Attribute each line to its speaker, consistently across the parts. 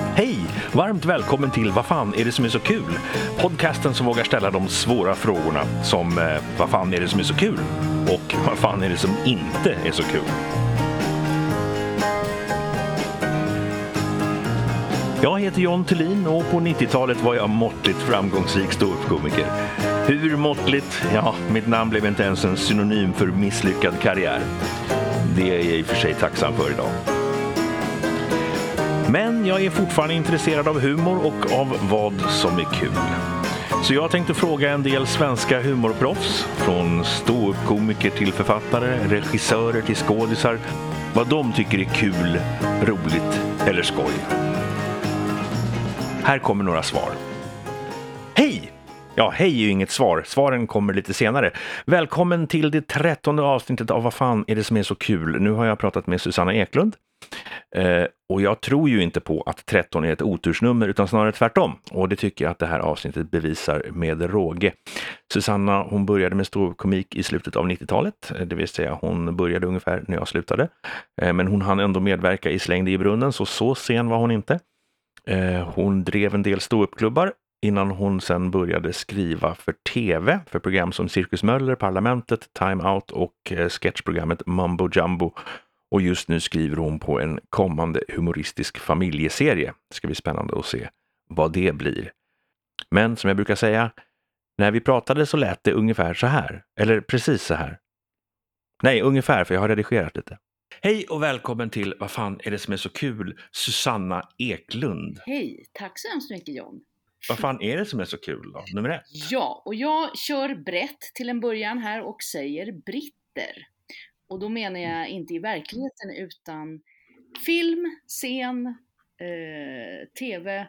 Speaker 1: Hej! Varmt välkommen till Vad fan är det som är så kul? Podcasten som vågar ställa de svåra frågorna som vad fan är det som är så kul? Och vad fan är det som inte är så kul? Jag heter John Thulin och på 90-talet var jag måttligt framgångsrik ståuppkomiker. Hur måttligt? Ja, mitt namn blev inte ens en synonym för misslyckad karriär. Det är jag i och för sig tacksam för idag. Men jag är fortfarande intresserad av humor och av vad som är kul. Så jag tänkte fråga en del svenska humorproffs, från ståuppkomiker till författare, regissörer till skådisar, vad de tycker är kul, roligt eller skoj. Här kommer några svar. Hej! Ja, hej är ju inget svar. Svaren kommer lite senare. Välkommen till det 13:e avsnittet av Vad fan är det som är så kul? Nu har jag pratat med Susanna Eklund. Och jag tror ju inte på att 13 är ett otursnummer utan snarare tvärtom. Och det tycker jag att det här avsnittet bevisar med råge. Susanna, hon började med ståuppkomik i slutet av 90-talet. Det vill säga hon började ungefär när jag slutade. Men hon hann ändå medverka i Släng dig i brunnen, så sen var hon inte. Hon drev en del ståuppklubbar innan hon sen började skriva för tv, för program som Cirkus Möller, Parlamentet, Time Out och sketchprogrammet Mumbo Jumbo. Och just nu skriver hon på en kommande humoristisk familjeserie. Det ska bli spännande att se vad det blir. Men som jag brukar säga, när vi pratade så lät det ungefär så här. Eller precis så här. Nej, ungefär, för jag har redigerat lite. Hej och välkommen till Vad fan är det som är så kul? Susanna Eklund.
Speaker 2: Hej, tack så hemskt mycket John.
Speaker 1: Vad fan är det som är så kul då? Nummer 1.
Speaker 2: Ja, och jag kör brett till en början här och säger britter. Och då menar jag inte i verkligheten utan film, scen, tv.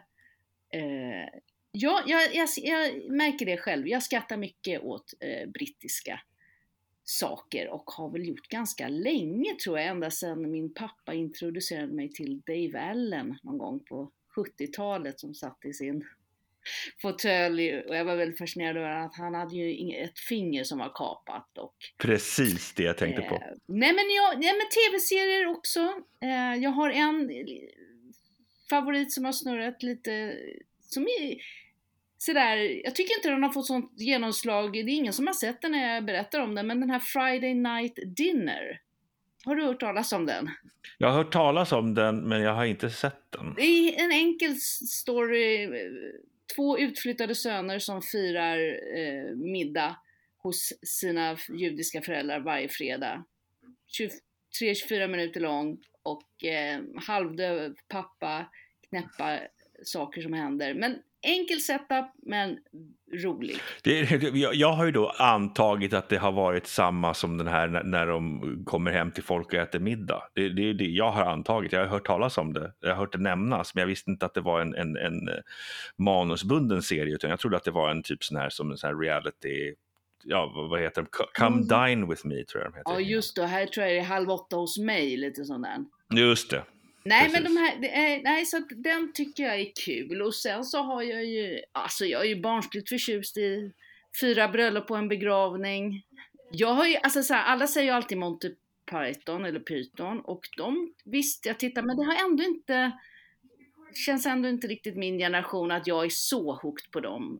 Speaker 2: Jag märker det själv. Jag skrattar mycket åt brittiska saker och har väl gjort ganska länge tror jag. Ända sedan min pappa introducerade mig till Dave Allen någon gång på 70-talet som satt i sin fåtölj. Och jag var väldigt fascinerad över att han hade ju ett finger som var kapat. Och,
Speaker 1: precis det jag tänkte på.
Speaker 2: Nej men tv-serier också. Jag har en favorit som har snurrat lite. Som är sådär, jag tycker inte den har fått sånt genomslag. Det är ingen som har sett den när jag berättar om den. Men den här Friday Night Dinner. Har du hört talas om den?
Speaker 1: Jag har hört talas om den men jag har inte sett den.
Speaker 2: Det är en enkel story. 2 utflyttade söner som firar middag hos sina judiska föräldrar varje fredag. 23-24 minuter lång och halvdöv pappa, knäppa saker som händer. Men enkel setup men rolig.
Speaker 1: Jag har ju då antagit att det har varit samma som den här när de kommer hem till folk och äter middag. Det är det jag har antagit. Jag har hört talas om det. Jag har hört det nämnas men jag visste inte att det var en manusbunden serie utan jag trodde att det var en typ sån här reality. Ja, vad heter de? Come Dine With Me tror jag de heter.
Speaker 2: Ja just det, här tror jag det är 7:30 hos mig lite sån där.
Speaker 1: Just det.
Speaker 2: Nej
Speaker 1: precis.
Speaker 2: men nej så att den tycker jag är kul och sen så har jag ju jag är ju barnsligt förtjust i 4 bröllop på en begravning. Jag har ju alla säger ju alltid Monty Python eller Python och visst jag tittar men det har ändå inte känns ändå inte riktigt min generation att jag är så hooked på dem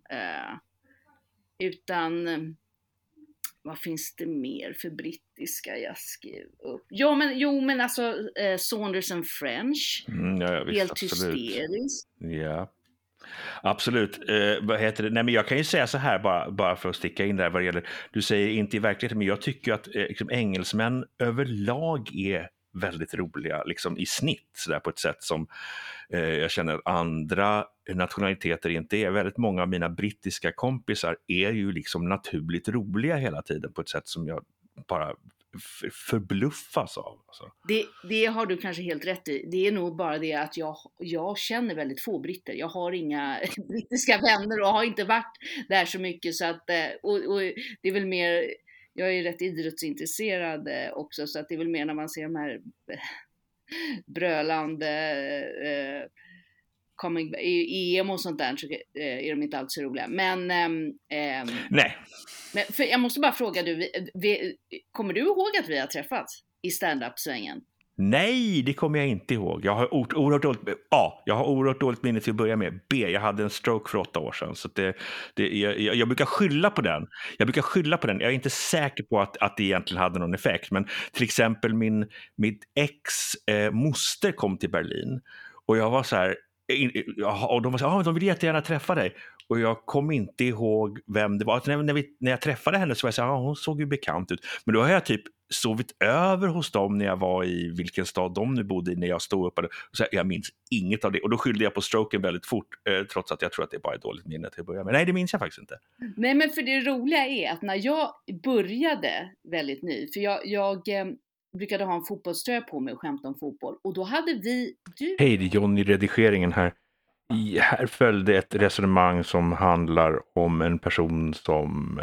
Speaker 2: utan vad finns det mer för brittiska jag skrev upp? Jo men alltså Saunders and French.
Speaker 1: Ja, visst,
Speaker 2: helt
Speaker 1: absolut.
Speaker 2: hysteriskt.
Speaker 1: Ja. Absolut. Vad heter det? Nej, men jag kan ju säga så här bara för att sticka in där vad det gäller. Du säger inte i verkligheten men jag tycker att liksom, engelsmän överlag är väldigt roliga liksom i snitt så där på ett sätt som jag känner att andra nationaliteter inte är. Väldigt många av mina brittiska kompisar är ju liksom naturligt roliga hela tiden på ett sätt som jag bara förbluffas av. Alltså.
Speaker 2: Det har du kanske helt rätt i. Det är nog bara det att jag känner väldigt få britter. Jag har inga brittiska vänner och har inte varit där så mycket så att och det är väl mer. Jag är rätt idrottsintresserad också så att det är väl mer när man ser de här brölande EM och sånt där så är de inte alltid så roliga. Men
Speaker 1: nej.
Speaker 2: Men för jag måste bara fråga kommer du ihåg att vi har träffats i stand-up-svängen?
Speaker 1: Nej, det kommer jag inte ihåg. Jag har oerhört dåligt, jag har oerhört dåligt minne till att börja med. B, jag hade en stroke för 8 år sedan. Så jag brukar skylla på den. Jag är inte säker på att det egentligen hade någon effekt. Men till exempel mitt moster kom till Berlin. Och jag var så här, och de var så här, de vill jättegärna träffa dig. Och jag kom inte ihåg vem det var. Alltså när jag träffade henne så var jag så här, hon såg ju bekant ut. Men då har jag typ sovit över hos dem när jag var i vilken stad de nu bodde i när jag stod upp. Så jag minns inget av det. Och då skyllde jag på stroken väldigt fort, trots att jag tror att det bara är dåligt minne till att börja med. Nej, det minns jag faktiskt inte.
Speaker 2: Nej, men för det roliga är att när jag började väldigt ny, för jag brukade ha en fotbollströja på mig och skämta om fotboll. Och då hade
Speaker 1: Hej, det är John i redigeringen här. Här följde ett resonemang som handlar om en person som,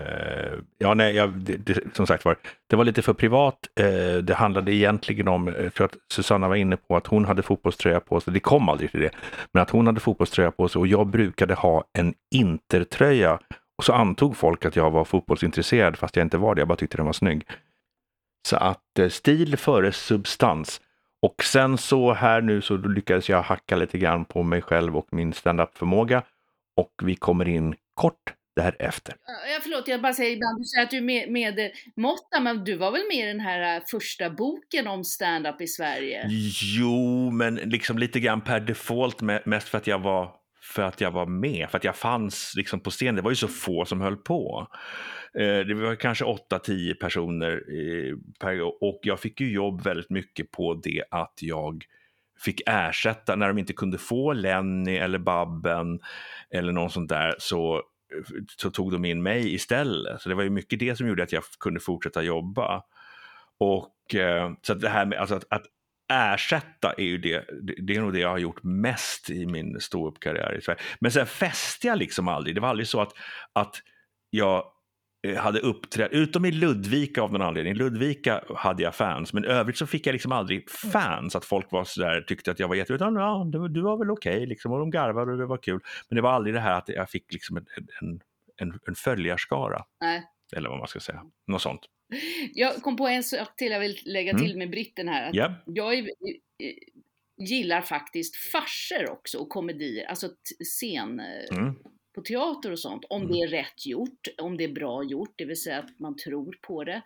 Speaker 1: som sagt var, det var lite för privat. Det handlade egentligen om, jag tror att Susanna var inne på att hon hade fotbollströja på sig, det kom aldrig till det, men att hon hade fotbollströja på sig och jag brukade ha en Intertröja och så antog folk att jag var fotbollsintresserad fast jag inte var det, jag bara tyckte den var snygg. Så att stil före substans. Och sen så här nu så lyckades jag hacka lite grann på mig själv och min stand-up-förmåga. Och vi kommer in kort därefter.
Speaker 2: Förlåt, jag bara säger ibland, du säger att du är med Motta, men du var väl med i den här första boken om stand-up i Sverige?
Speaker 1: Jo, men liksom lite grann per default, mest för att jag var med, för att jag fanns liksom på scen. Det var ju så få som höll på. Det var kanske 8-10 personer per gång och jag fick ju jobb väldigt mycket på det att jag fick ersätta när de inte kunde få Lenny eller Babben eller någon sånt där, så tog de in mig istället. Så det var ju mycket det som gjorde att jag kunde fortsätta jobba. Och så att det här med alltså att ersätta är ju det är nog det jag har gjort mest i min ståuppkarriär i Sverige. Men sen fäste jag liksom aldrig. Det var aldrig så att jag hade uppträtt, utom i Ludvika av någon anledning. I Ludvika hade jag fans, men övrigt så fick jag liksom aldrig fans, att folk var så där, tyckte att jag var utan du var väl okej, liksom, och de garvade och det var kul. Men det var aldrig det här att jag fick liksom en följarskara.
Speaker 2: Nej.
Speaker 1: Eller vad man ska säga, något sånt.
Speaker 2: Jag kom på en sak till jag vill lägga till med britten här. Att jag gillar faktiskt farser också och komedier, alltså scen på teater och sånt, om det är rätt gjort, om det är bra gjort, det vill säga att man tror på det.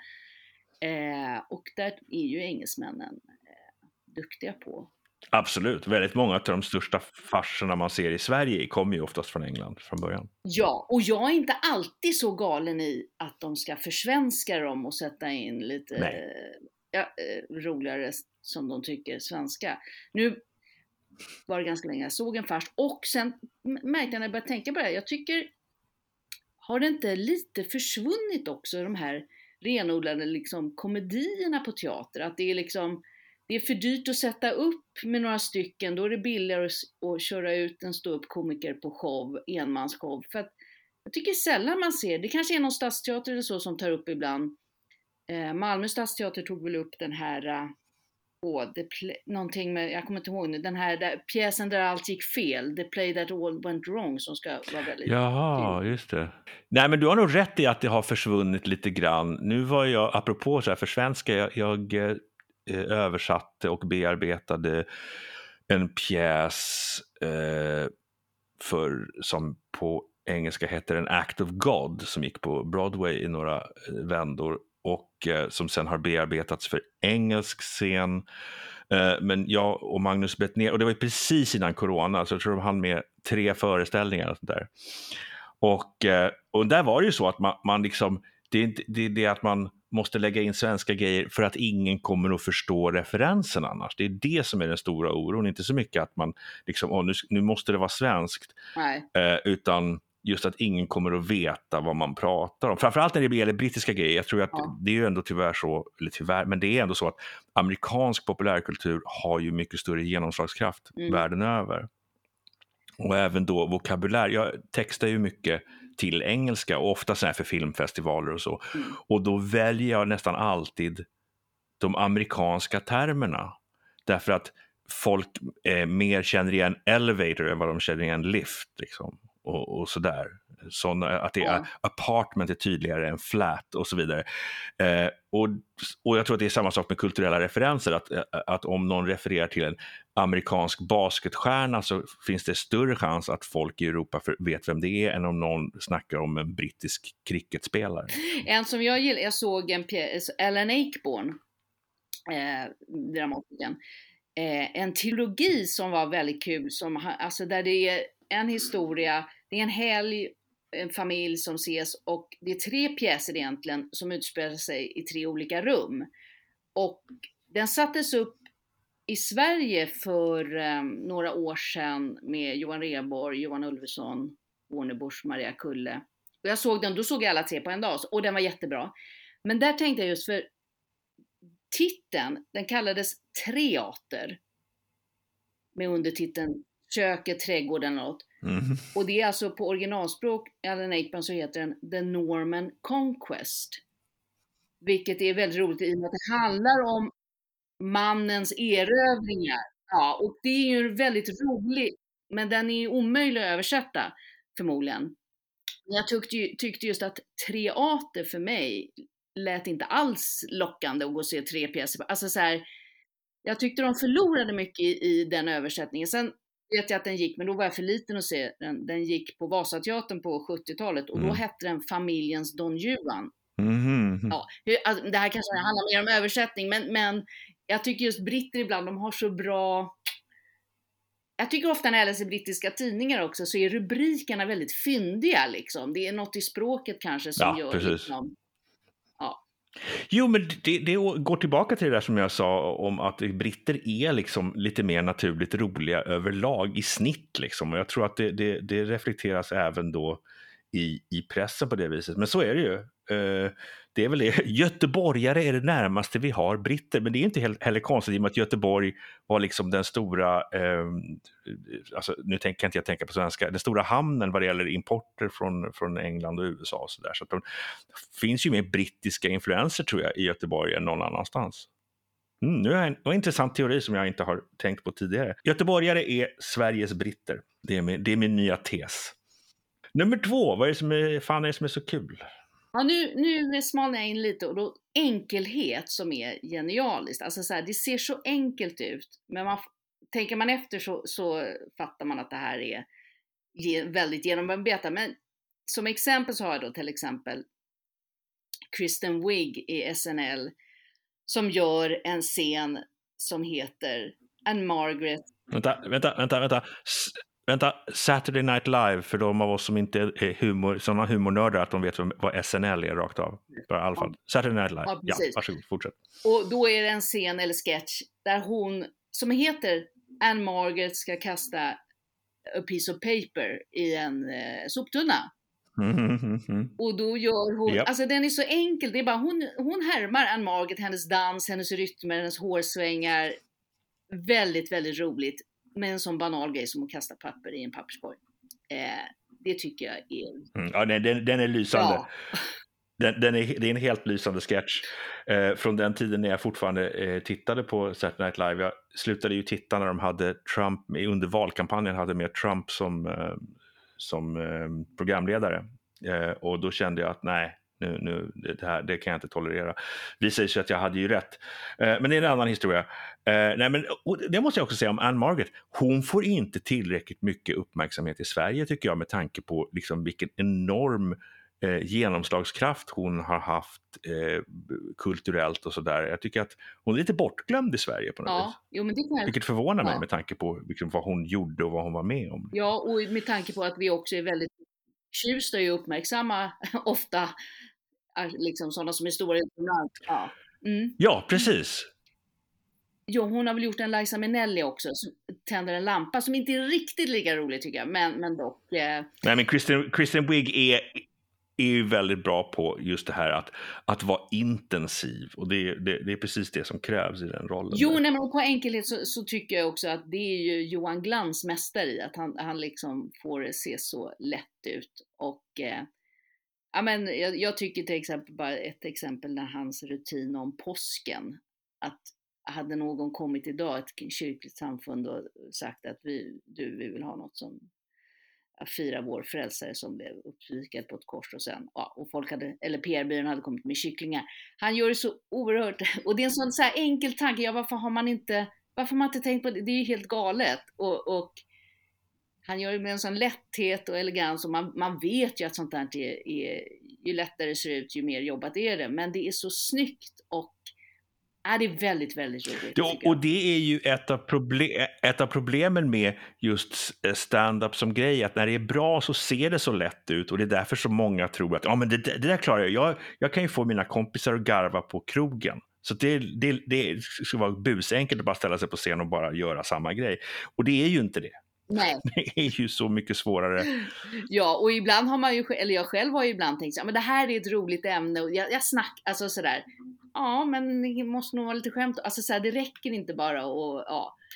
Speaker 2: Och där är ju engelsmännen duktiga på.
Speaker 1: Absolut, väldigt många av de största farserna man ser i Sverige kommer ju oftast från England från början.
Speaker 2: Ja, och jag är inte alltid så galen i att de ska försvenska dem och sätta in lite roligare, som de tycker, svenska. Nu var det ganska länge jag såg en fars, och sen märkte jag när jag började tänka på det här, jag tycker, har det inte lite försvunnit också, de här renodlade liksom komedierna på teater, att det är liksom, det är för dyrt att sätta upp med några stycken, då är det billigare att köra ut en ståuppkomiker på show, enmansshow, för att jag tycker sällan man ser, det kanske är någon stadsteater eller så som tar upp ibland, Malmö stadsteater tog väl upp den här någonting med, jag kommer inte ihåg nu, den här pjäsen där allt gick fel, The Play That All Went Wrong, som ska vara väldigt...
Speaker 1: Jaha, just det. Nej, men du har nog rätt i att det har försvunnit lite grann. Nu var jag, apropå så här för svenska, jag översatte och bearbetade en pjäs som på engelska heter En Act of God, som gick på Broadway i några vändor och som sen har bearbetats för engelsk scen. Men jag och Magnus Bettner, och det var precis innan corona, så jag tror de hann med 3 föreställningar och sånt där. Och där var det ju så att man liksom, det är att man måste lägga in svenska grejer för att ingen kommer att förstå referensen annars. Det är det som är den stora oron, inte så mycket att man liksom, nu måste det vara svenskt.
Speaker 2: Nej.
Speaker 1: Utan just att ingen kommer att veta vad man pratar om. Framförallt när det gäller brittiska grejer. Jag tror att det är ju ändå tyvärr, men det är ändå så att amerikansk populärkultur har ju mycket större genomslagskraft världen över. Och även då vokabulär. Jag textar ju mycket till engelska och ofta så här för filmfestivaler och så. Och då väljer jag nästan alltid de amerikanska termerna. Därför att folk mer känner igen elevator än vad de känner igen lift liksom. Och sådär. att det är,
Speaker 2: Ja.
Speaker 1: apartment är tydligare än flat och så vidare. Och jag tror att det är samma sak med kulturella referenser, att om någon refererar till en amerikansk basketstjärna så finns det större chans att folk i Europa vet vem det är än om någon snackar om en brittisk cricketspelare.
Speaker 2: En som jag gillar, jag såg en pjäs, Alan Ayckbourn, dramatikern, en trilogi som var väldigt kul, alltså där det är en historia, det är en helg, en familj som ses, och det är 3 pjäser egentligen som utspelar sig i 3 olika rum. Och den sattes upp i Sverige för några år sedan med Johan Rheborg, Johan Ulveson, Warnebusch, Maria Kulle. Och jag såg den, då såg jag alla 3 på en dag, och den var jättebra. Men där tänkte jag just för titeln, den kallades Treater, med undertiteln Köket, trädgården eller något. Och det är alltså på originalspråk, Alan Ayckbourn, så heter den The Norman Conquest. Vilket är väldigt roligt i och med att det handlar om mannens erövringar. Ja, och det är ju väldigt roligt, men den är ju omöjlig att översätta förmodligen. Men jag tyckte just att Treater för mig lät inte alls lockande att gå och se 3 pjäser. Alltså så här, jag tyckte de förlorade mycket i den översättningen. Sen vet jag att den gick, men då var jag för liten att se den. Den gick på Vasateatern på 70-talet och då hette den Familjens Don Juan. Ja, alltså, det här kanske handlar mer om översättning, men jag tycker just britter ibland, de har så bra... Jag tycker ofta när jag läser brittiska tidningar också så är rubrikerna väldigt fyndiga liksom. Det är något i språket kanske som gör liksom... Ja.
Speaker 1: Jo, men det går tillbaka till det där som jag sa om att britter är liksom lite mer naturligt roliga överlag i snitt liksom. Och jag tror att det reflekteras även då i pressen på det viset. Men så är det ju. Det är väl det. Göteborgare är det närmaste vi har britter, men det är inte heller konstigt i och med att Göteborg var liksom den stora, alltså, nu kan inte jag tänka på svenska, den stora hamnen vad det gäller importer från England och USA och så där. Så att det finns ju mer brittiska influenser tror jag i Göteborg än någon annanstans. Nu är en intressant teori som jag inte har tänkt på tidigare. Göteborgare är Sveriges britter. Det är min nya tes. Nummer 2, vad är det som är så kul?
Speaker 2: Ja, nu smalnar jag in lite, och då enkelhet som är genialiskt. Alltså så här, det ser så enkelt ut, men tänker man efter så fattar man att det här är väldigt genomarbetat. Men som exempel så har jag då till exempel Kristen Wiig i SNL som gör en scen som heter And Margaret.
Speaker 1: Vänta, Saturday Night Live, för de av oss som inte är sådana humornördar att de vet vad SNL är rakt av. I alla fall. Saturday Night Live. Ja, varsågod, fortsätt.
Speaker 2: Och då är det en scen eller sketch där hon, som heter Anne Margaret, ska kasta a piece of paper i en soptunna. Och då gör hon, alltså den är så enkel, det är bara hon härmar Anne Margaret, hennes dans, hennes rytmer, hennes hårsvängar. Väldigt, väldigt roligt. Med en sån banal grej som att kasta papper i en papperskorg. Det tycker jag är...
Speaker 1: Ja, den är lysande. Ja. Det är en helt lysande sketch. Från den tiden när jag fortfarande tittade på Saturday Night Live. Jag slutade ju titta när de hade Trump, under valkampanjen hade med Trump som programledare. Och då kände jag att nej, det kan jag inte tolerera. Visar sig att jag hade ju rätt. Men det är en annan historia. Nej, men det måste jag också säga om Anne Margaret. Hon får inte tillräckligt mycket uppmärksamhet i Sverige tycker jag, med tanke på liksom vilken enorm genomslagskraft hon har haft kulturellt och sådär. Jag tycker att hon är lite bortglömd i Sverige på något vis.
Speaker 2: Jo, men det kan...
Speaker 1: Vilket förvånar mig med tanke på liksom vad hon gjorde och vad hon var med om.
Speaker 2: Ja, och med tanke på att vi också är väldigt förtjusta i att uppmärksamma ofta liksom sådana som är stora utomlands.
Speaker 1: Ja, precis.
Speaker 2: Jo, hon har väl gjort en Liza Minnelli också, som tänder en lampa, som inte är riktigt lika rolig tycker jag, men dock.
Speaker 1: Nej, men Kristen Wiig är ju väldigt bra på just det här att vara intensiv, och det är precis det som krävs i den rollen.
Speaker 2: Jo, nej, men på enkelhet så tycker jag också att det är ju Johan Glans mästare i att han liksom får det se så lätt ut. Och ja, men jag tycker till exempel, bara ett exempel, när hans rutin om påsken, att hade någon kommit idag, ett kyrkligt samfund, och sagt att vi vill ha något som fira vår frälsare som blev uppspikad på ett kors och sen, och folk hade, eller PR-byrån hade kommit med kycklingar. Han gör det så oerhört, och det är en sån så här enkel tanke, varför har man inte tänkt på det? Det är ju helt galet. Och han gör det med en sån lätthet och elegans, och man vet ju att sånt där är ju lättare det ser ut, ju mer jobbat är det. Men det är så snyggt, och det är väldigt, väldigt roligt.
Speaker 1: Och det är ju ett av problemen med just stand-up som grej, att när det är bra så ser det så lätt ut, och det är därför så många tror att men det där klarar jag. Jag kan ju få mina kompisar att garva på krogen. Så det ska vara busenkelt att bara ställa sig på scen och bara göra samma grej. Och det är ju inte det.
Speaker 2: Nej.
Speaker 1: Det är ju så mycket svårare.
Speaker 2: Ja, och ibland har man ju, eller jag själv har ju ibland tänkt men det här är ett roligt ämne, och jag alltså sådär, men det måste nog vara lite skämt, alltså såhär, det räcker inte bara, och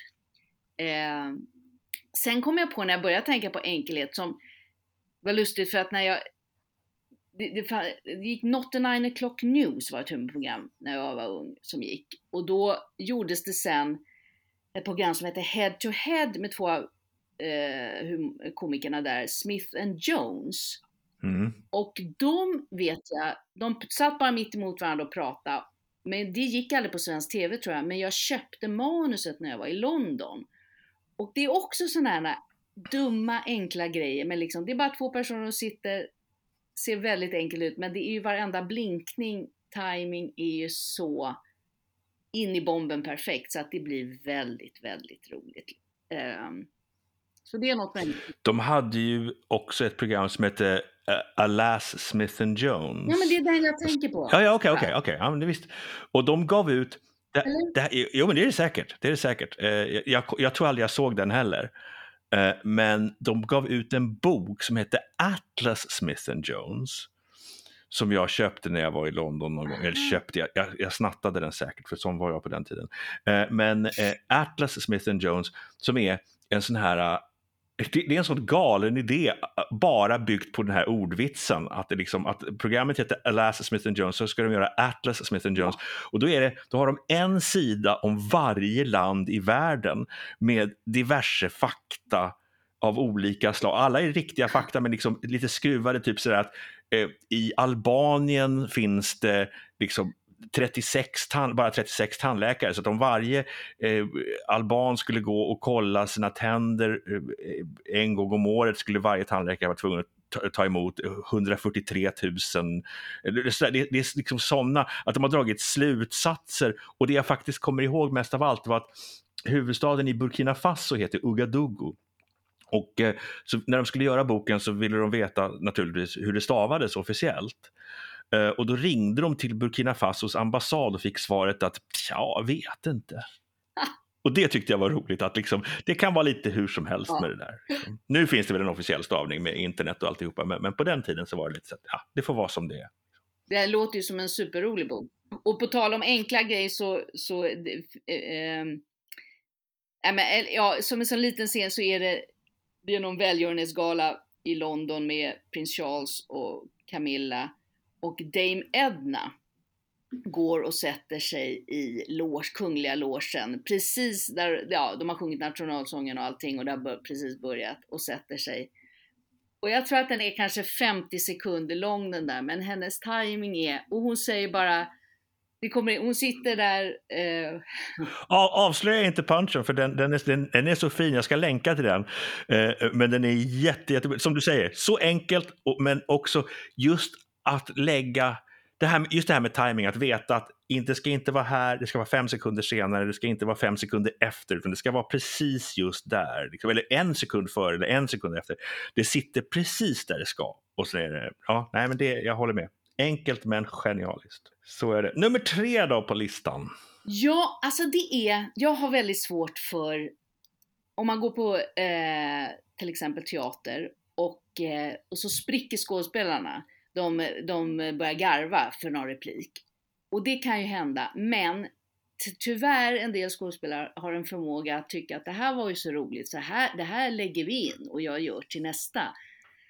Speaker 2: sen kom jag på, när jag började tänka på enkelhet, som var lustigt, för att när jag det gick Not the 9 o'clock news, var ett humorprogram när jag var ung som gick, och då gjordes det sen ett program som heter Head to Head med två komikerna där, Smith and Jones. Och de vet jag, de satt bara mitt emot varandra och pratade, men det gick aldrig på svensk tv tror jag, men jag köpte manuset när jag var i London. Och det är också sådana här dumma enkla grejer, men liksom, det är bara två personer som ser väldigt enkelt ut, men det är ju varenda blinkning, timing är ju så in i bomben perfekt, så att det blir väldigt, väldigt roligt. Så det är något väldigt.
Speaker 1: De hade ju också ett program som hette Alas Smith and Jones.
Speaker 2: Ja, men det är den jag tänker på.
Speaker 1: Ja, okej. Ja, men det visst. Och de gav ut jo, men det är det säkert. Jag tror aldrig jag såg den heller. Men de gav ut en bok som hette Atlas Smith and Jones, som jag köpte när jag var i London någon gång. Eller köpte, jag snattade den säkert, för sån var jag på den tiden. Men Atlas Smith and Jones, som är en sån här, det är en sån galen idé, bara byggt på den här ordvitsen, att att programmet heter Alas Smith and Jones, så ska de göra Atlas Smith and Jones, och då har de en sida om varje land i världen med diverse fakta av olika slag. Alla är riktiga fakta, men lite skruvade, typ sådär att i Albanien finns det bara 36 tandläkare, så att om varje alban skulle gå och kolla sina tänder en gång om året, skulle varje tandläkare vara tvungen att ta emot 143 000. Det är sådana, att de har dragit slutsatser, och det jag faktiskt kommer ihåg mest av allt var att huvudstaden i Burkina Faso heter Ouagadougou. Och så när de skulle göra boken så ville de veta naturligtvis hur det stavades officiellt. Och då ringde de till Burkina Fasos ambassad och fick svaret att jag vet inte. Och det tyckte jag var roligt, att det kan vara lite hur som helst med det där. Nu finns det väl en officiell stavning med internet och alltihopa, men på den tiden så var det lite så att det får vara som det är.
Speaker 2: Det låter ju som en superrolig bok. Och på tal om enkla grejer som en sån liten scen så är det någon välgörenhetsgala i London med prins Charles och Camilla, och Dame Edna går och sätter sig i kungliga logen, precis där de har sjungit nationalsången och allting, och det har precis börjat, och sätter sig. Och jag tror att den är kanske 50 sekunder lång den där, men hennes timing är, och hon säger bara, hon sitter där.
Speaker 1: Avslöja inte punchen, för den är så fin. Jag ska länka till den. Men den är jätte, som du säger, så enkelt, men också just att lägga det här med timing, att veta att det ska inte vara här, det ska vara 5 sekunder senare, det ska inte vara 5 sekunder efter, utan det ska vara precis just där, eller 1 sekund före eller 1 sekund efter. Det sitter precis där det ska, och så är det, jag håller med. Enkelt men genialiskt. Så är det. Nummer 3 då på listan.
Speaker 2: Ja, alltså jag har väldigt svårt för, om man går på till exempel teater och så spricker skådespelarna. De börjar garva för någon replik. Och det kan ju hända, men tyvärr en del skådespelare har en förmåga att tycka att det här var ju så roligt, så det här lägger vi in och jag gör till nästa.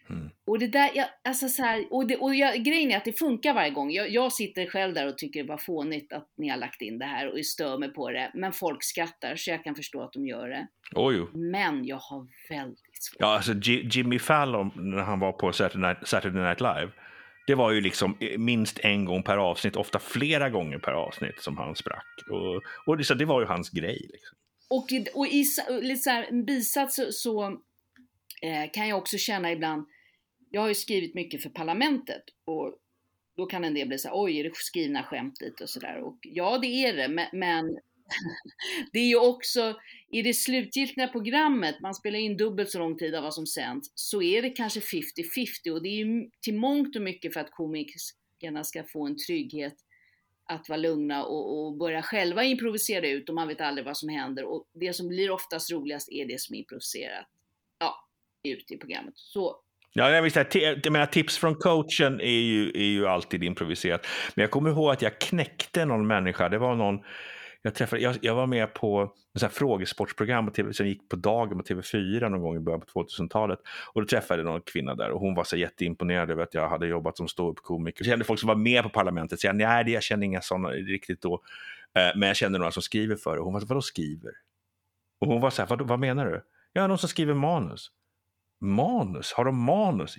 Speaker 2: Och det där, alltså så här, grejen är att det funkar varje gång. Jag sitter själv där och tycker det var fånigt att ni har lagt in det här och stör mig på det. Men folk skrattar så jag kan förstå att de gör det.
Speaker 1: Jo.
Speaker 2: Men jag har väldigt svårt.
Speaker 1: Ja, alltså Jimmy Fallon när han var på Saturday Night Live, det var ju liksom minst en gång per avsnitt, ofta flera gånger per avsnitt som han sprack. Och det var ju hans grej. Liksom.
Speaker 2: Och i lite så här, en bisats så kan jag också känna ibland, jag har ju skrivit mycket för Parlamentet och då kan en del bli så här, oj, är det skrivna skämt dit och sådär. Och ja, det är det, men det är ju också, i det slutgiltiga programmet, man spelar in dubbelt så lång tid av vad som sänds, så är det kanske 50-50 och det är ju till mångt och mycket för att komikerna ska få en trygghet att vara lugna och börja själva improvisera ut och man vet aldrig vad som händer och det som blir oftast roligast är det som är improviserat ut i programmet. Så
Speaker 1: ja, jag visste, jag menar, tips från coachen är ju alltid improviserat. Men jag kommer ihåg att jag knäckte någon människa. Det var någon jag var med på ett frågesportsprogram som gick på dagen på TV4 någon gång i början på 2000-talet. Och då träffade jag någon kvinna där och hon var så jätteimponerad över att jag hade jobbat som ståuppkomiker. Jag kände folk som var med på Parlamentet. Så jag kände inga sådana riktigt då. Men jag kände några som skriver för det. Och hon var så, vadå skriver? Och hon var så här, vad menar du? Ja, någon som skriver manus. Manus? Har de manus?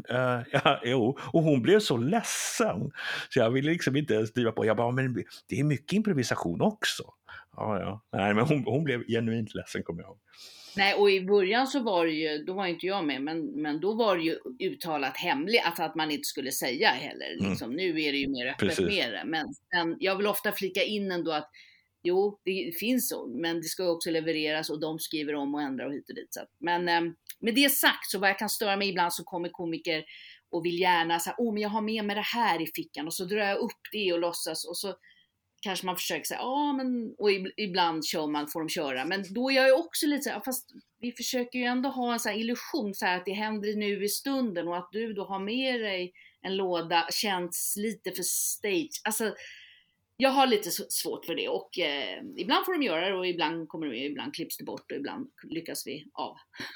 Speaker 1: Jo. Och hon blev så ledsen. Så jag ville liksom inte ens driva på. Jag bara, men det är mycket improvisation också. Ja. Nej, men hon blev genuint ledsen, kommer jag ihåg.
Speaker 2: Nej, och i början så var det ju, då var inte jag med, men då var det ju uttalat hemligt, alltså att man inte skulle säga heller. Liksom. Nu är det ju mer öppet med det. Men jag vill ofta flika in ändå att jo, det finns så, men det ska ju också levereras och de skriver om och ändrar och hit och dit. Så att, men med det sagt så vad jag kan störa mig ibland så kommer komiker och vill gärna säga, men jag har med mig det här i fickan och så drar jag upp det och låtsas och så kanske man försöker säga, och ibland får de köra, men då är jag ju också lite så här, fast vi försöker ju ändå ha en sån här illusion så här, att det händer nu i stunden och att du då har med dig en låda känns lite för stage, alltså jag har lite svårt för det och ibland får de göra det och ibland klipps det bort och ibland lyckas vi av.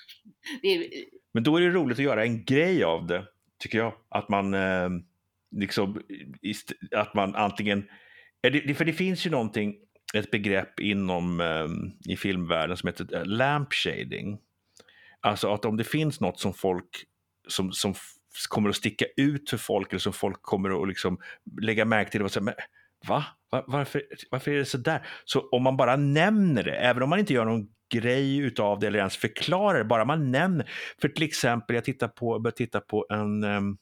Speaker 1: Men då är det roligt att göra en grej av det, tycker jag. Att man att man antingen, för det finns ju ett begrepp inom i filmvärlden som heter lampshading. Alltså att om det finns något som folk som kommer att sticka ut för folk eller som folk kommer att liksom lägga märke till och säga, men va? Varför är det så där? Så om man bara nämner det, även om man inte gör någon grej utav det eller ens förklarar det, bara man nämner. För till exempel, jag började titta på en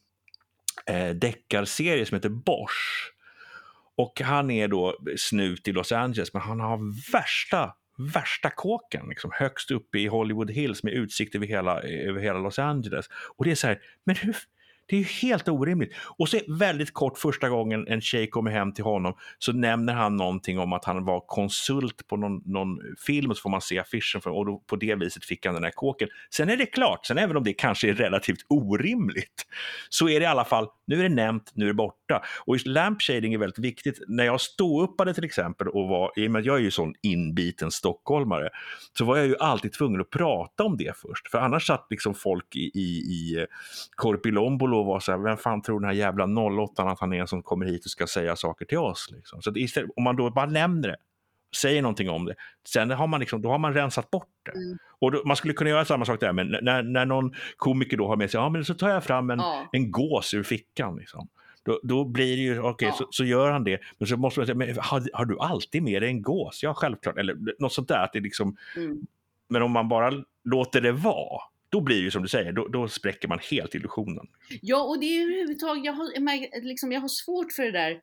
Speaker 1: deckarserie som heter Bosch. Och han är då snut i Los Angeles, men han har värsta kåken liksom, högst uppe i Hollywood Hills med utsikt över hela Los Angeles. Och det är så här, men det är ju helt orimligt. Och så väldigt kort, första gången en tjej kommer hem till honom så nämner han någonting om att han var konsult på någon film och så får man se affischen och då, på det viset fick han den här kåken. Sen är det klart, sen även om det kanske är relativt orimligt så är det i alla fall, nu är det nämnt, nu är det borta. Och just lampshading är väldigt viktigt. När jag ståuppade till exempel och jag är ju sån inbiten stockholmare, så var jag ju alltid tvungen att prata om det först. För annars satt liksom folk i Korpilombolo och var så här, vem fan tror den här jävla 08 att han är en som kommer hit och ska säga saker till oss liksom. Så istället, om man då bara nämner det, säger någonting om det, sen har man liksom, då har man rensat bort det. Och då, man skulle kunna göra samma sak där, men när någon komiker då har med sig, men så tar jag fram en gås ur fickan liksom. Då blir det ju, så gör han det. Men så måste man säga, men har du alltid med dig en gås? Ja, självklart. Eller något sånt där. Att det liksom, men om man bara låter det vara, då blir det ju som du säger, då spräcker man helt illusionen.
Speaker 2: Ja, och det är överhuvudtaget, jag har svårt för det där.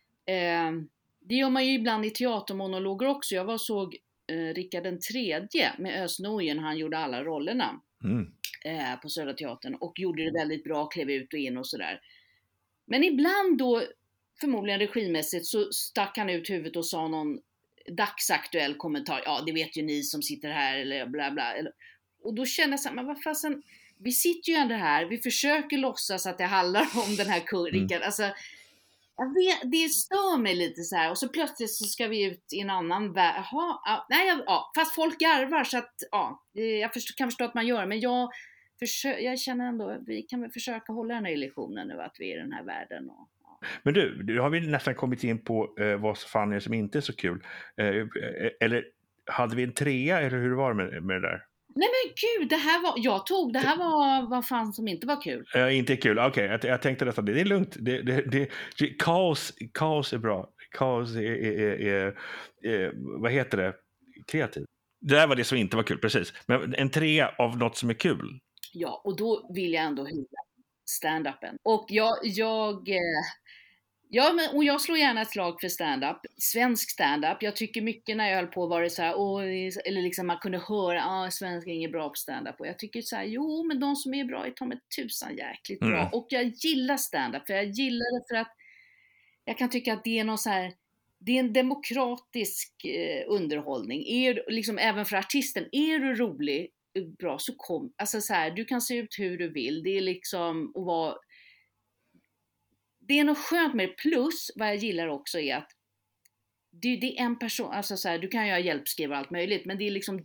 Speaker 2: Det gör man ju ibland i teatermonologer också. Jag såg Rickard den tredje med Özz Nujen, han gjorde alla rollerna på Södra Teatern och gjorde det väldigt bra, klev ut och in och sådär. Men ibland då, förmodligen regimässigt, så stack han ut huvudet och sa någon dagsaktuell kommentar. Ja, det vet ju ni som sitter här eller bla bla. Och då kände jag så här, men vad fasen, vi sitter ju ändå här, vi försöker låtsas att det handlar om den här Rickard. Alltså, jag vet, det stör mig lite så här. Och så plötsligt så ska vi ut i en annan värld. Fast folk garvar så att, jag kan förstå att man gör det. Men jag känner ändå, vi kan väl försöka hålla den här illusionen nu att vi är i den här världen. Och, ja.
Speaker 1: Men du har vi nästan kommit in på vad fan är det som inte är så kul. Eller hade vi en 3 eller hur var det med det där?
Speaker 2: Nej men gud, det här var vad fan som inte var kul.
Speaker 1: Inte kul, okej. Jag tänkte nästan det är lugnt. Kaos är bra. Kaos är vad heter det? Kreativt. Det där var det som inte var kul, precis. Men en 3 av något som är kul.
Speaker 2: Ja, och då vill jag ändå hylla stand-upen. Och jag slår gärna ett slag för stand-up. Svensk stand-up. Jag tycker mycket när jag höll på var det så här, eller liksom man kunde höra, svenskar är inget bra på stand-up. Och jag tycker så här, jo men de som är bra är ta med tusan jäkligt bra. Och jag gillar stand-up, för jag gillar det för att jag kan tycka att det är någon så här, det är en demokratisk underhållning. Liksom, även för artisten, är du rolig, bra, så alltså så här, du kan se ut hur du vill. Det är liksom att vara, det är något skönt med det. Plus vad jag gillar också är att det är en person, alltså så här, du kan ju ha hjälpskrivare och allt möjligt, men det är liksom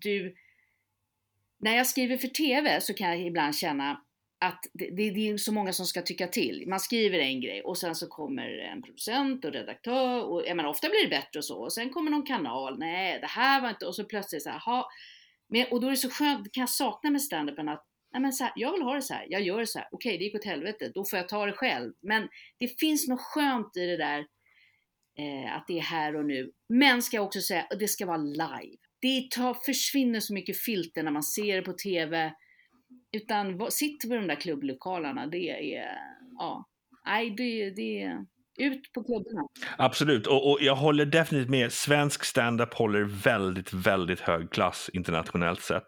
Speaker 2: när jag skriver för TV så kan jag ibland känna att det är så många som ska tycka till. Man skriver en grej och sen så kommer en producent och redaktör och jag menar, ofta blir det bättre och så, och sen kommer någon kanal, nej det här var inte, och så plötsligt så här, och då är det så skönt, det kan jag sakna med stand-upen att nej men så här, jag vill ha det så här, jag gör det så här, okej, det gick åt helvete, då får jag ta det själv. Men det finns något skönt i det där, att det är här och nu. Men ska jag också säga, det ska vara live. Det försvinner så mycket filter när man ser det på TV. Utan sitter på de där klubblokalerna, det är, ja, nej, det är ut på klubbarna.
Speaker 1: Absolut, och jag håller definitivt med. Svensk stand-up håller väldigt, väldigt hög klass internationellt sett.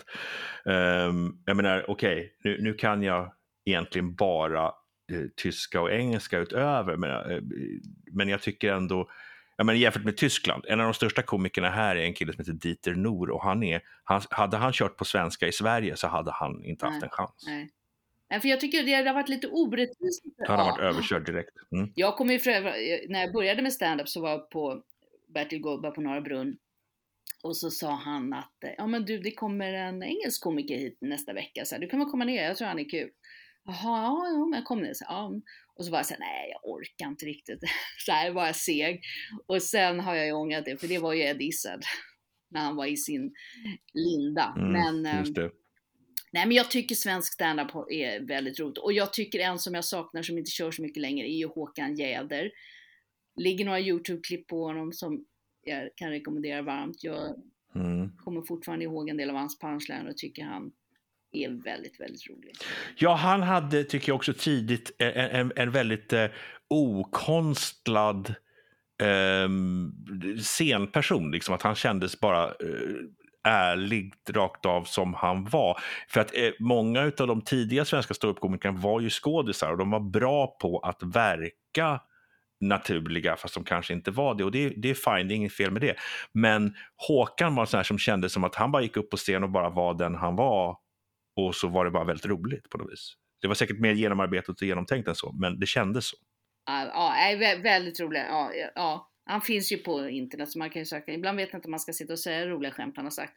Speaker 1: Jag menar, okej, nu kan jag egentligen bara tyska och engelska utöver, men jag tycker ändå, jag menar, jämfört med Tyskland, en av de största komikerna här är en kille som heter Dieter Nohr, och hade han kört på svenska i Sverige så hade han inte haft en chans.
Speaker 2: Nej. För jag tycker det har varit lite orättvist.
Speaker 1: Han har varit överkörd direkt.
Speaker 2: Jag kommer ju när jag började med stand-up så var jag på Bertil Gubba på Norra Brunn. Och så sa han att ja men du, det kommer en engelsk komiker hit nästa vecka, så här, du kan väl komma ner, jag tror han är kul. Jaha, ja, men jag kom ner. Så, ja. Och så var jag så här, nej jag orkar inte riktigt. Så här var jag seg. Och sen har jag ju ångrat det, för det var ju Ed Izzard när han var i sin linda.
Speaker 1: Just det.
Speaker 2: Nej, men jag tycker svensk stand-up är väldigt roligt. Och jag tycker en som jag saknar som inte kör så mycket längre är ju Håkan Jäder. Ligger några YouTube-klipp på honom som jag kan rekommendera varmt. Jag kommer fortfarande ihåg en del av hans punchline och tycker han är väldigt, väldigt rolig.
Speaker 1: Ja, han hade, tycker jag också tidigt, en väldigt okonstlad scenperson. Liksom, att han kändes bara ärligt rakt av som han var. För att många av de tidiga svenska ståuppkomikerna var ju skådisar och de var bra på att verka naturliga, fast de kanske inte var det, och det är fine, det är inget fel med det. Men Håkan var sån här som kändes som att han bara gick upp på scen och bara var den han var, och så var det bara väldigt roligt på något vis. Det var säkert mer genomarbetat och genomtänkt än så, men det kändes så.
Speaker 2: Ja, väldigt roligt. Ja. Han finns ju på internet så man kan ju söka. Ibland vet jag inte om man ska sitta och säga roliga skämt han har sagt.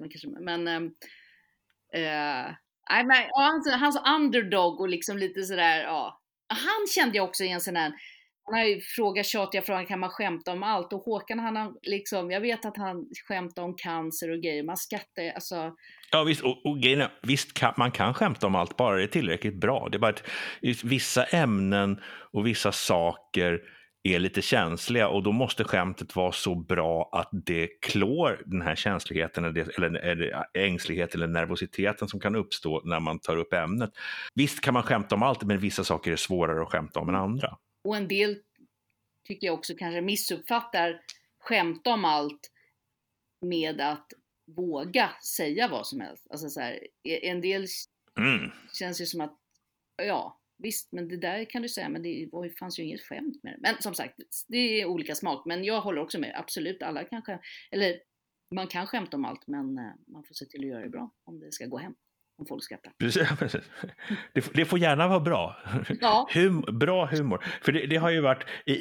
Speaker 2: Hans underdog och liksom lite sådär, ja. Han kände jag också i en sån här, han har ju frågat tjatiga frågan, kan man skämta om allt? Och Håkan, han har liksom, jag vet att han skämtar om cancer och grejer. Man skrattar, alltså.
Speaker 1: Ja visst, och grejerna, visst man kan skämta om allt, bara det är tillräckligt bra. Det är bara att vissa ämnen och vissa saker är lite känsliga, och då måste skämtet vara så bra att det klår den här känsligheten eller ängsligheten eller nervositeten som kan uppstå när man tar upp ämnet. Visst kan man skämta om allt, men vissa saker är svårare att skämta om än andra.
Speaker 2: Och en del tycker jag också kanske missuppfattar skämta om allt med att våga säga vad som helst. Alltså så här, en del känns ju som att ja, visst, men det där kan du säga, men det fanns ju inget skämt med det. Men som sagt, det är olika smak, men jag håller också med, absolut, alla kanske, eller man kan skämta om allt, men man får se till att göra det bra om det ska gå hem, om folk skrattar.
Speaker 1: Precis. Det får gärna vara bra.
Speaker 2: Ja.
Speaker 1: Bra humor. För det har ju varit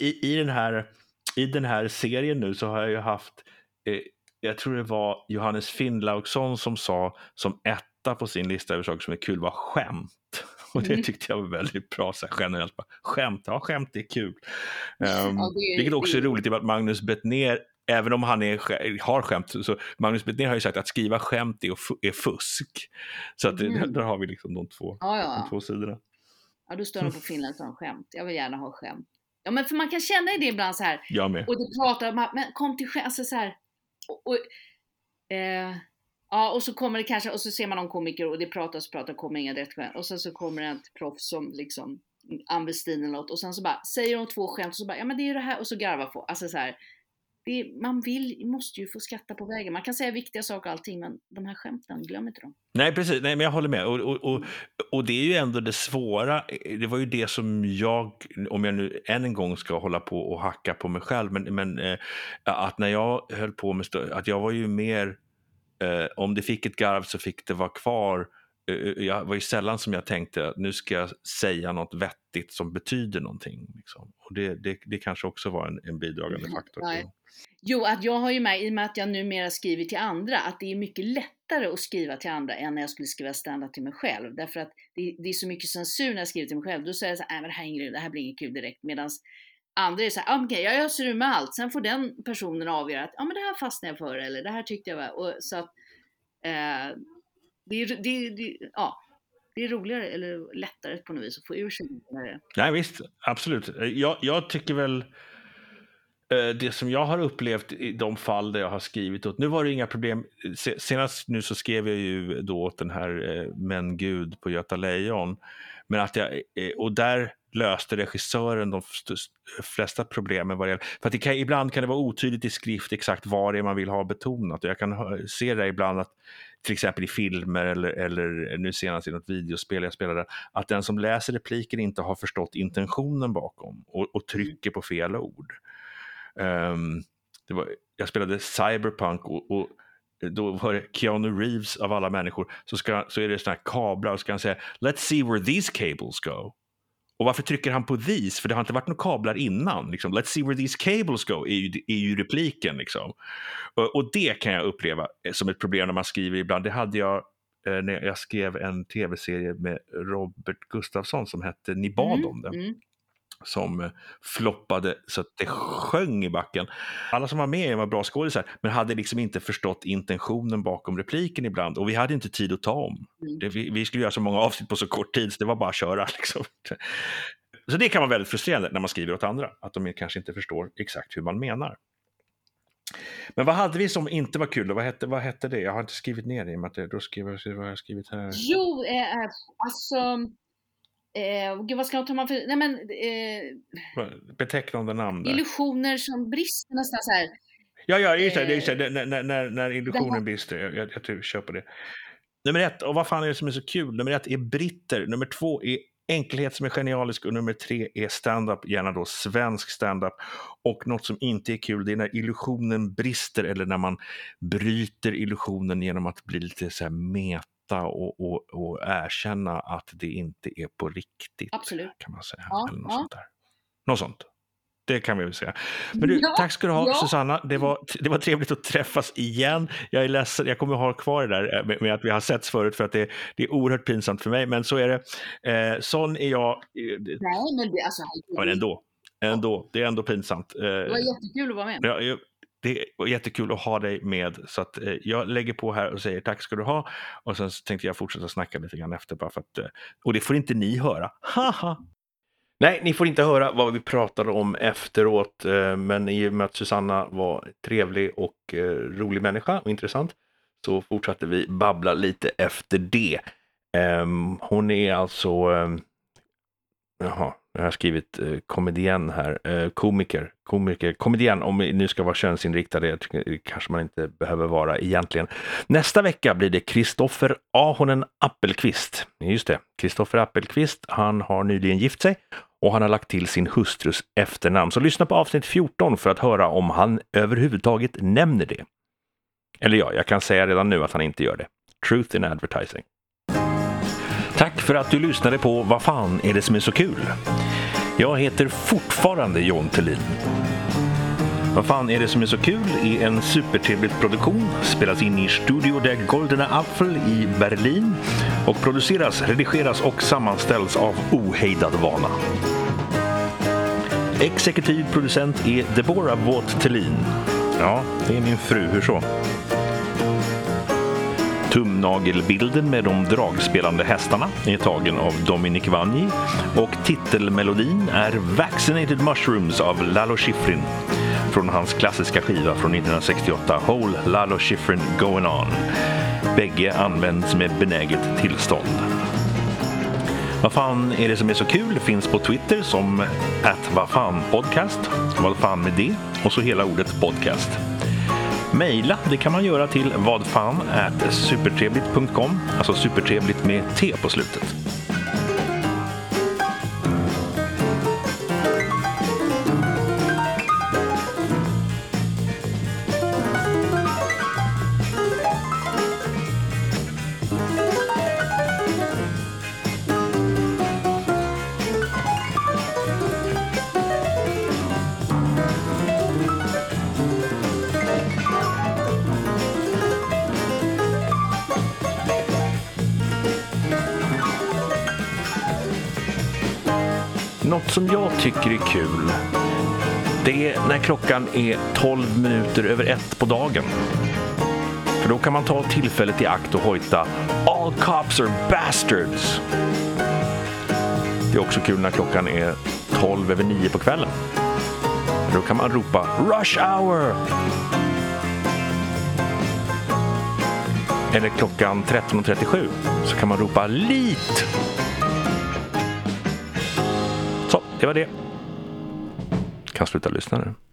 Speaker 1: i den här serien nu, så har jag ju haft jag tror det var Johannes Finnlaugsson som sa som ett 8 på sin lista över saker som är kul var skämt. Och det tyckte jag var väldigt bra så här, generellt. Skämt är kul. Vilket också är roligt i att Magnus Bettner, även om han har skämt, så Magnus Bettner har ju sagt att skriva skämt är fusk. Så att där har vi liksom de två sidorna.
Speaker 2: Ja, du står på Finland som skämt. Jag vill gärna ha skämt. Ja, men för man kan känna det ibland så här.
Speaker 1: Jag med.
Speaker 2: Och du pratar om, men kom till skämt, alltså så här. Ja, och så kommer det kanske, och så ser man någon komiker och det pratas, kommer inga rätt skämt. Och sen så kommer det ett proffs som liksom använder stilen eller något. Och sen så bara säger de 2 skämt och så bara, ja men det är ju det här. Och så garvar på. Alltså så här. Måste ju få skratta på vägen. Man kan säga viktiga saker och allting, men de här skämten, glöm inte dem.
Speaker 1: Nej, precis. Nej, men jag håller med. Och det är ju ändå det svåra. Det var ju det som jag, om jag nu än en gång ska hålla på och hacka på mig själv, men att när jag höll på med, att jag var ju mer, om det fick ett garv så fick det vara kvar. Jag var ju sällan som jag tänkte att nu ska jag säga något vettigt som betyder någonting. Liksom. Och det kanske också var en bidragande faktor.
Speaker 2: Jo, att jag har ju med, i och med att jag numera skriver till andra, att det är mycket lättare att skriva till andra än när jag skulle skriva stand-up till mig själv. Därför att det är så mycket censur när jag skriver till mig själv. Då säger jag så här, men det här blir inget kul direkt. Medan andra är så här, okej, jag öser ur med allt. Sen får den personen avgöra att men det här fastnar jag för, eller det här tyckte jag var. Och så att det är roligare eller lättare på något vis att få ur sig.
Speaker 1: Nej, visst, absolut. Jag tycker väl det som jag har upplevt i de fall där jag har skrivit åt, nu var det inga problem, senast nu så skrev jag ju då åt den här Men Gud på Göta Lejon, men att och där löste regissören de flesta problemen vad det gäller, för att ibland kan det vara otydligt i skrift exakt vad det är man vill ha betonat, och jag kan se det ibland att till exempel i filmer eller nu senast i något videospel jag spelade, att den som läser repliken inte har förstått intentionen bakom och trycker på fel ord. Jag spelade Cyberpunk och då var det Keanu Reeves av alla människor, så är det såna här kablar och så kan han säga let's see where these cables go. Och varför trycker han på these? För det har inte varit några kablar innan. Liksom. Let's see where these cables go är ju repliken. Liksom. Och det kan jag uppleva som ett problem när man skriver ibland. Det hade jag när jag skrev en tv-serie med Robert Gustafsson som hette Ni bad om det. Som floppade så att det sjöng i backen. Alla som var med var bra skådisar, men hade liksom inte förstått intentionen bakom repliken ibland. Och vi hade inte tid att ta om. Vi skulle göra så många avsnitt på så kort tid, så det var bara att köra. Liksom. Så det kan vara väldigt frustrerande när man skriver åt andra. Att de kanske inte förstår exakt hur man menar. Men vad hade vi som inte var kul? Vad hette det? Jag har inte skrivit ner det. Men då skrev jag vad jag skrivit här.
Speaker 2: Jo, alltså... vad ska man för... Nej, men,
Speaker 1: betecknande namn där.
Speaker 2: Illusioner som brister nästan så här.
Speaker 1: Ja, just det. När illusionen brister. Jag tror köper det. Nummer 1, och vad fan är det som är så kul? Nummer 1 är britter. Nummer 2 är enkelhet som är genialisk. Och nummer 3 är stand-up, gärna då svensk stand-up. Och något som inte är kul, det är när illusionen brister eller när man bryter illusionen genom att bli lite så här och erkänna att det inte är på riktigt.
Speaker 2: Absolut.
Speaker 1: Kan man säga. Ja, eller något sånt där. Något sånt. Det kan vi väl säga. Men du, tack ska du ha, Susanna. Det var trevligt att träffas igen. Jag är ledsen, jag kommer att ha kvar det där med att vi har setts förut, för att det är oerhört pinsamt för mig. Men så är det. Sån är jag.
Speaker 2: Nej, men det, alltså,
Speaker 1: men ändå. Det är ändå pinsamt.
Speaker 2: Det var jättekul att vara med.
Speaker 1: Ja, det var jättekul att ha dig med, så att jag lägger på här och säger tack ska du ha, och sen så tänkte jag fortsätta snacka lite grann efter, bara för att, och det får inte ni höra. Haha. Nej, ni får inte höra vad vi pratade om efteråt, men i och med att Susanna var trevlig och rolig människa och intressant, så fortsatte vi babbla lite efter det. Hon är alltså jag har skrivit komedien här, komedien, om vi nu ska vara könsinriktade, kanske man inte behöver vara egentligen. Nästa vecka blir det Kristoffer Ahonen Appelqvist. Just det, Kristoffer Appelqvist, han har nyligen gift sig och han har lagt till sin hustrus efternamn. Så lyssna på avsnitt 14 för att höra om han överhuvudtaget nämner det. Eller ja, jag kan säga redan nu att han inte gör det. Truth in advertising. Tack för att du lyssnade på Vad fan är det som är så kul? Jag heter fortfarande John Thulin. Vad fan är det som är så kul är en supertrevlig produktion, spelas in i Studio der Goldene Apfel i Berlin och produceras, redigeras och sammanställs av ohejdad vana. Exekutiv producent är Deborah Vaught-Thelin. Ja, det är min fru, hur så? Tumnagelbilden med de dragspelande hästarna är tagen av Dominic Vanni och titelmelodin är Vaccinated Mushrooms av Lalo Schifrin från hans klassiska skiva från 1968 Whole Lalo Schifrin Going On. Bägge används med benäget tillstånd. Vad fan är det som är så kul finns på Twitter som @vadfanpodcast, vad fan med det och så hela ordet podcast. Maila, det kan man göra till vadfan@supertrevligt.com, alltså supertrevligt med T på slutet. Något som jag tycker är kul, det är när klockan är 12 minuter över 1 på dagen. För då kan man ta tillfället i akt och hojta All cops are bastards. Det är också kul när klockan är 12 över 9 på kvällen. För då kan man ropa Rush hour! Eller klockan 13.37 så kan man ropa Lit! Så, det var det. Kan sluta lyssna nu.